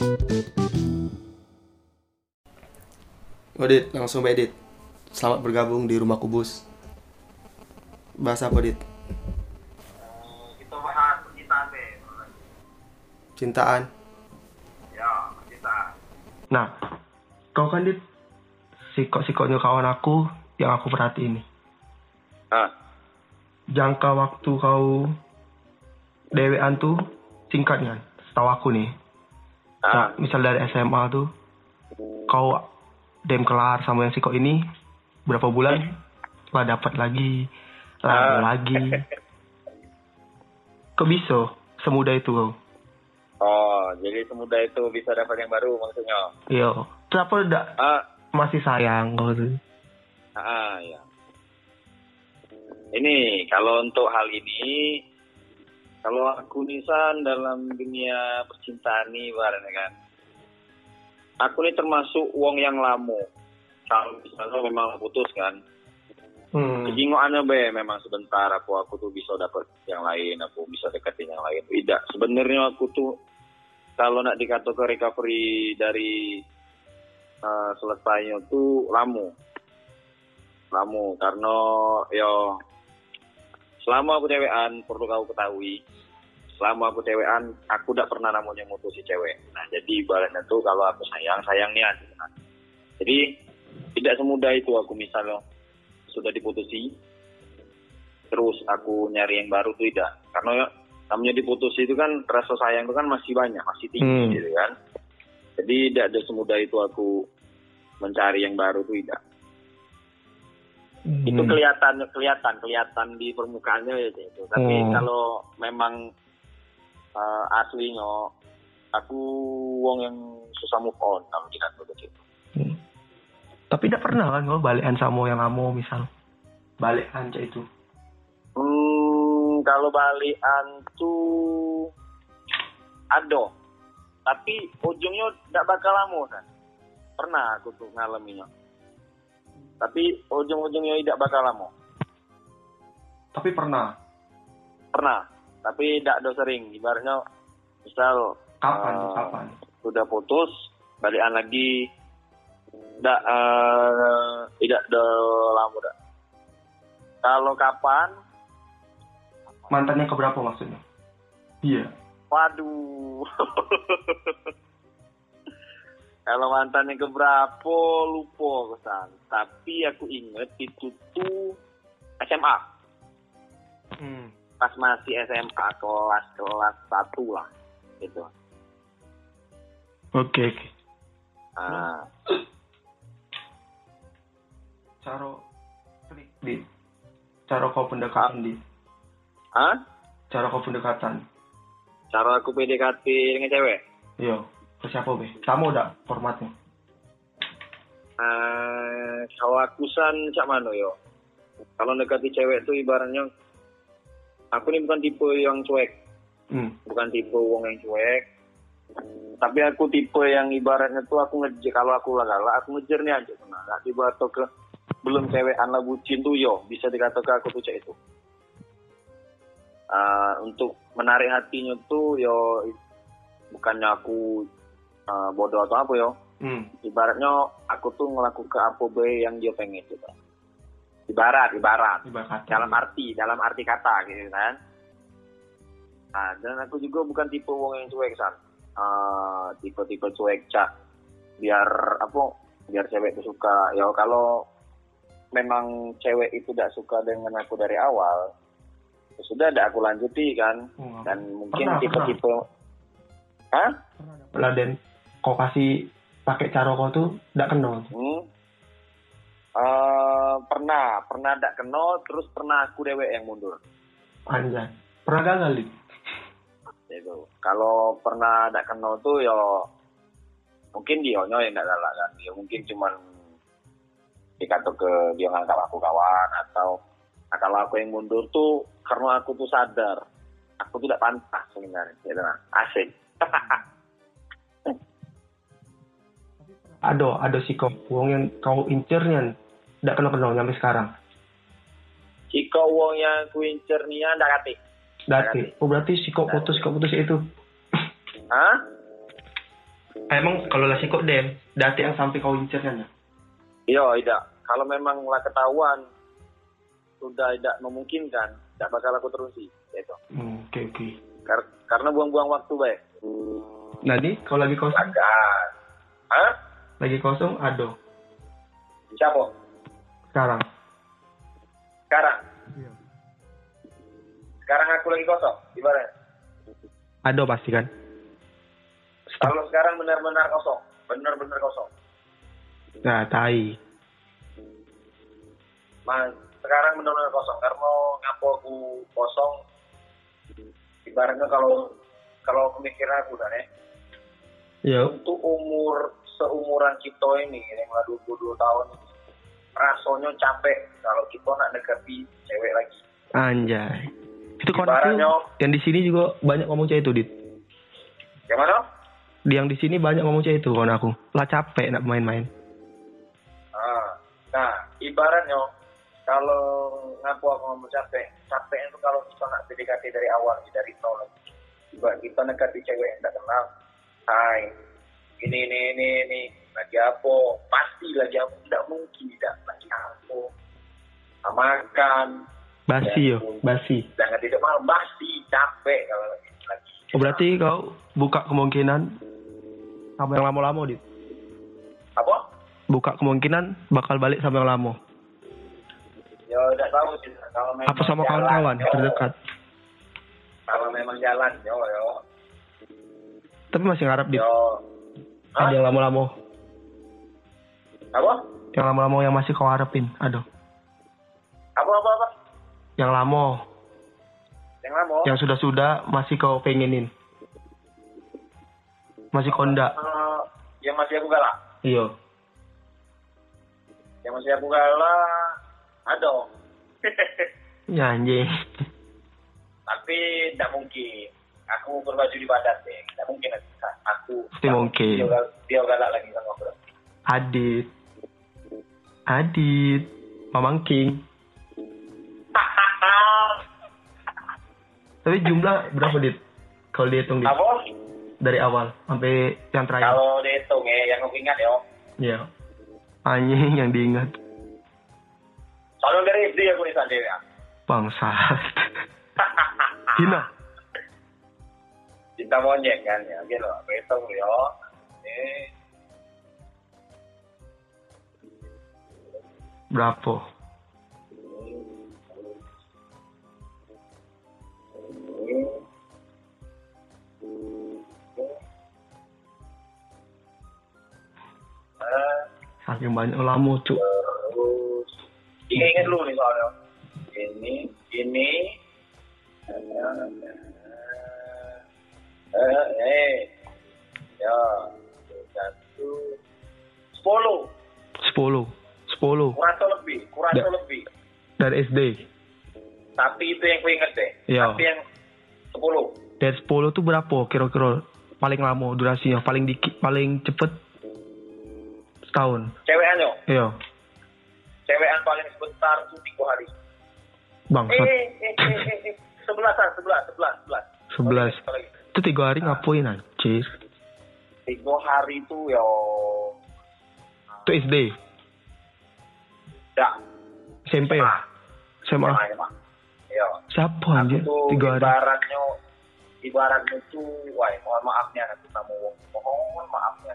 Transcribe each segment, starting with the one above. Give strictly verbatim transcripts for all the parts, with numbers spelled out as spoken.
Odit, langsung Edit. Selamat bergabung di Rumah Kubus. Bahas apa, Dit? Kita bahas percintaan, Be. Cintaan. Ya, percintaan. Nah, kau kan, Dit, sikok-sikoknya kawan aku yang aku perhatiin nih. Ah, Jangka waktu kau dewean tuh singkat kan? Setahu aku nih. ah. Misal dari S M A tuh, kau dem kelar sama yang sikok ini, berapa bulan lah dapat lagi, lah Ah. lagi. Kok bisa semudah itu kau? Oh, jadi semudah itu bisa dapat yang baru maksudnya. Iya. Kenapa udah Ah, masih sayang kau tuh? ah, ya. Ini kalau untuk hal ini, kalau aku nisan dalam dunia percintaan nih, ibaratnya kan, aku ini termasuk wong yang lamo. Kalau misalnya memang putus kan, Hmm. kejingoannya be memang sebentar aku aku tuh bisa dapat yang lain, aku bisa deketin yang lain. Tidak, sebenarnya aku tuh kalau nak dikatakan recovery dari uh, selesainya tuh lamo, lamo karena yo selama aku cewekan perlu kau ketahui, selama aku cewekan aku tidak pernah namanya mutusi cewek. Nah jadi ibaratnya tuh kalau aku sayang sayangnya, jadi tidak semudah itu aku misalnya sudah diputusi terus aku nyari yang baru tuh tidak, karena namanya diputusi itu kan rasa sayang itu kan masih banyak, masih tinggi Hmm. gitu kan. Jadi tidak ada semudah itu aku mencari yang baru tuh tidak. Hmm. Itu kelihatan kelihatan kelihatan di permukaannya ya itu. Tapi Hmm. kalau memang uh, aslinya aku wong yang susah move on kalau tidak begitu. Hmm. Tapi tidak pernah kan kau balikan sama yang kamu misal balikan cak itu? Hmm, kalau balikan tuh ada, tapi ujungnya tidak bakal lama kan. Pernah aku tuh ngalaminya. Tapi ujung-ujungnya tidak bakal lama. Tapi pernah. Pernah, tapi tidak ada sering. Ibaratnya misal Kapan? uh, Kapan? sudah putus, balikan lagi, tidak uh, tidak ada lama dah. Kalau kapan? Mantannya keberapa maksudnya? Iya. Waduh. Kalau mantannya keberapa lupa kesan. Tapi aku inget itu tuh S M A. Hmm. Pas masih S M A kelas-kelas satu lah gitu. Oke. Oke. Nah, Cara di cara kau pendekatan di ah? cara kau pendekatan. Cara aku P D K T dengan cewek? Iya. Ke siapa be? Kamu udah formatnya? Uh, kalau aku san cak mana yo? Kalau dekati cewek tuh ibaratnya aku ini bukan tipe yang cuek, Hmm. bukan tipe wong yang cuek. Hmm, tapi aku tipe yang ibaratnya tuh aku ngejar, kalau aku lah galak aku ngejar nih aja, nah nggak tiba atau ke belum cewekan lah bucin tuh yo bisa dikatakan aku tuh cek itu. Uh, untuk menarik hatinya tuh yo bukannya aku uh, bodoh atau apa yo. Hmm. Ibaratnya aku tuh ngelakukan apa be yang dia pengen gitu. Ibarat, ibarat. Ibarat. Dalam arti, dalam arti kata gitu kan. Nah, dan aku juga bukan tipe wong yang cuek san. Uh, tipe-tipe cuek cak. Biar apa? Biar cewek itu suka. Ya kalau memang cewek itu tidak suka dengan aku dari awal, ya sudah ada aku lanjuti kan. Oh, Dan mungkin pernah, tipe-tipe. Hah? Lah dan kau kasih pakai cara kau tuh tidak kenal. Hmm. Uh, pernah, pernah tidak kenal, terus pernah aku dewek yang mundur. Anjay. Pernah gagal nih? Itu. Kalau pernah tidak kenal tuh ya mungkin dia nya yang tidak galak kan. Ya mungkin cuman dikata ke dia nganggap aku kawan, atau nah, kalau aku yang mundur tuh karena aku tuh sadar aku tuh tidak pantas sebenarnya. Ya, nah, asik. Ada, ada si kau wong yang kau incernya tidak kenal kenal sampai sekarang. Jika wong yang ku incer nih ndak kate. Dati. Oh berarti si kau putus, kau putus itu. Hah? Ah, emang kalau lah kok dem, dati yang sampai kau incer kan? Iya, tidak. Kalau memang lah ketahuan sudah tidak memungkinkan, tidak bakal aku terusi. Itu. Hmm, oke oke. Kar- karena buang-buang waktu baik. Nah nih, kalau lagi kosong, Agak. Hah? lagi kosong, ado. Siapa? Sekarang. Sekarang. Iya. Sekarang aku lagi kosong. Gimana? Ado pasti kan? Kalau sekarang benar-benar kosong, benar-benar kosong. Nah, tai. Mas, sekarang benar-benar kosong. Karena ngapo aku kosong, ibaratnya kalau kalau pemikiran aku kan ya, Yo. untuk umur seumuran kita ini, yang lah dua puluh dua tahun ini, rasanya capek kalau kita nak dekati cewek lagi. Anjay. Itu kawan Ibaratnya, aku yang di sini juga banyak ngomong cewek itu, Dit. gimana? Yang di sini banyak ngomong cewek itu kawan aku. Lah capek nak main-main. Ah, nah, ibaratnya kalau ngaku aku ngomong capek, capek itu kalau kita nak P D K T dari awal, dari nol. Coba kita nekati cewek yang tak kenal, hai, ini, ini, ini, ini, lagi apa? Pasti lagi apa? Tidak mungkin tidak lagi apa? Makan. Basi ya, yo, basi. Jangan tidak malam, basi, capek kalau lagi. lagi. Oh, berarti kau buka kemungkinan sama yang lama-lama, Dit. Apa? Buka kemungkinan bakal balik sama yang lama. Ya udah tahu sih. Kalau memang Apa sama jalan, kawan-kawan yo. terdekat? Kalau memang jalan, yo yo. Tapi masih ngarep, Dit. Yo. Ada Hah? yang lama-lama. Apa? Yang lama-lama yang masih kau harapin. Aduh. Apa apa apa? Yang lama. Yang lama? Yang sudah-sudah masih kau pengenin. Masih kondak. Uh, yang masih aku galak. Iya. Yang masih aku galak ada. Ya anjing. Tapi tidak mungkin. Aku berbaju di badan deh. Tidak mungkin aku. Pasti mungkin. Dia, gal- dia galak lagi sama aku. Adit. Adit. Mamang King. Tapi jumlah berapa, Dit? Kalau dihitung, Dit? Apa? Dari awal sampai yang terakhir. Kalau dihitung ya, yang aku ingat ya. Iya. Anjing yang diingat. Soalnya dari S D aku nih sendiri ya. Bangsat. Hina. Cinta monyet kan ya. Gitu loh. Aku hitung ya. Ini. Berapa? Saking banyak lama, Cuk. Terus ingat dulu nih soalnya. Ini, ini, eh, eh, ya, satu, sepuluh, Sepuluh. Sepuluh. kurang lebih, kurang Da- lebih. Dari S D. Tapi itu yang ku inget deh. Iya. Tapi yang sepuluh. Dari sepuluh tuh berapa kira-kira paling lama durasinya? Paling dikit, paling cepet setahun. Cewekan yo, Iya. cewekan paling sebentar tuh tiga hari. Bangsat. Eh, eh, eh, eh, eh, sebelas, sebelas, sebelas, sebelas. Sebelas. Satu lagi. Itu tiga hari ngapain, anjir? Tiga hari itu yo, Itu S D. dah. S M P ya? S M A. Iya. Siapa Aku anjir? tuh Tiga hari. ibaratnya, ibaratnya tuh, wah, mohon maafnya aku sama wong, mohon maafnya.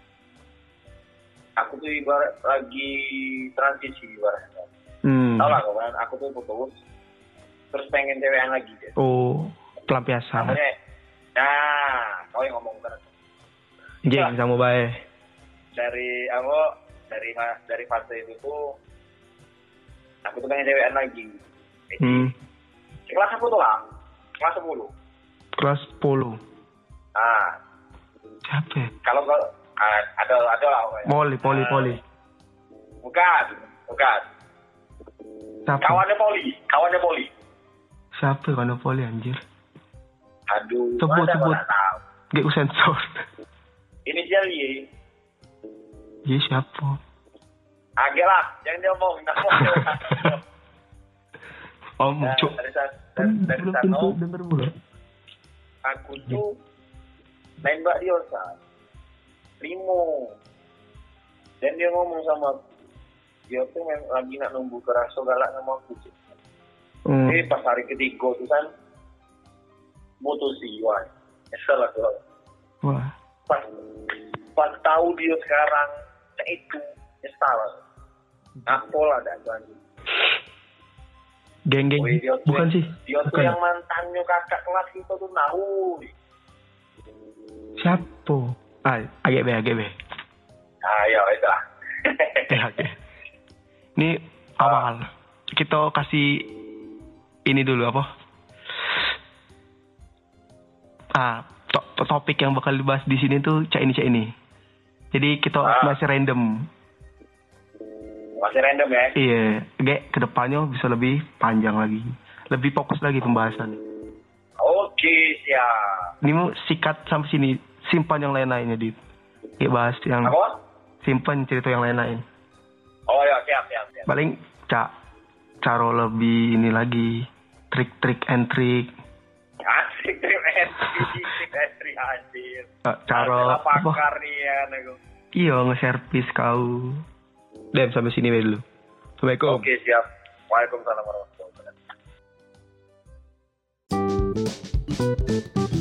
Aku tuh ibarat lagi transisi ibaratnya. Hmm. Tahu lah kawan, aku tuh putus, terus pengen cewekan lagi deh. Oh, pelampiasan. Namanya, nah, kau yang ngomong kan. Jeng sama bae. Dari aku, dari dari fase itu tuh, aku tuh pengen cewekan lagi. Hmm. Kelas aku tuh lah, kelas sepuluh. Kelas sepuluh. Ah, Siapa? ya? kalau kalau ah, ada ada lah. pokoknya. Poli, poli, Ah, poli. Bukan, bukan. Siapa? Kawannya poli, kawannya poli. Siapa kan poli anjir? Aduh, Sebut, ada sebut. nggak tahu. Gak usah sensor. Ini dia Y. Iya siapa? Agak lah, jangan dia ngomong. Nah, Om, nah, Cuk. dari sana, dari, dari Belum sana, tentu denger mulu. aku tuh main mbak Diosa. Primo. Dan dia ngomong sama aku, dia tuh memang lagi nak nunggu kerasa galak sama aku. Hmm. Eh pas hari ketiga tuh kan, mutusi, wah, nyesel aku. Wah. Pas, pas tahu dia sekarang, itu nyesel. Aku lah dan lagi. Geng-geng. Oh, dia tuh Bukan yang, sih. Dia tuh Bukan. yang mantannya kakak kelas kita tuh tahu. Siapa? Ah, agak be, agak be. Ah, ya itu lah. Eh, oke. Ini awal. Kita kasih ini dulu apa? Ah, to- to- topik yang bakal dibahas di sini tuh cak ini cak ini. Jadi kita Ah. masih random. Masih random ya? Iya, kayak kedepannya bisa lebih panjang lagi, lebih fokus lagi pembahasan. Oke, siap. Ini mau sikat sampai sini, simpan yang lain-lainnya dit. Kayak bahas yang Apa? simpan cerita yang lain-lain. Oh ya, siap, siap, siap. Paling cak cara lebih ini lagi, trik-trik and trik. Asik, trim entry, trim entry anjir. Eh, cara Adalah pakar nih ya, nego. Iya, nge-service kau. Dem, sampai sini we dulu. Assalamualaikum. Oke, siap. Waalaikumsalam warahmatullahi wabarakatuh.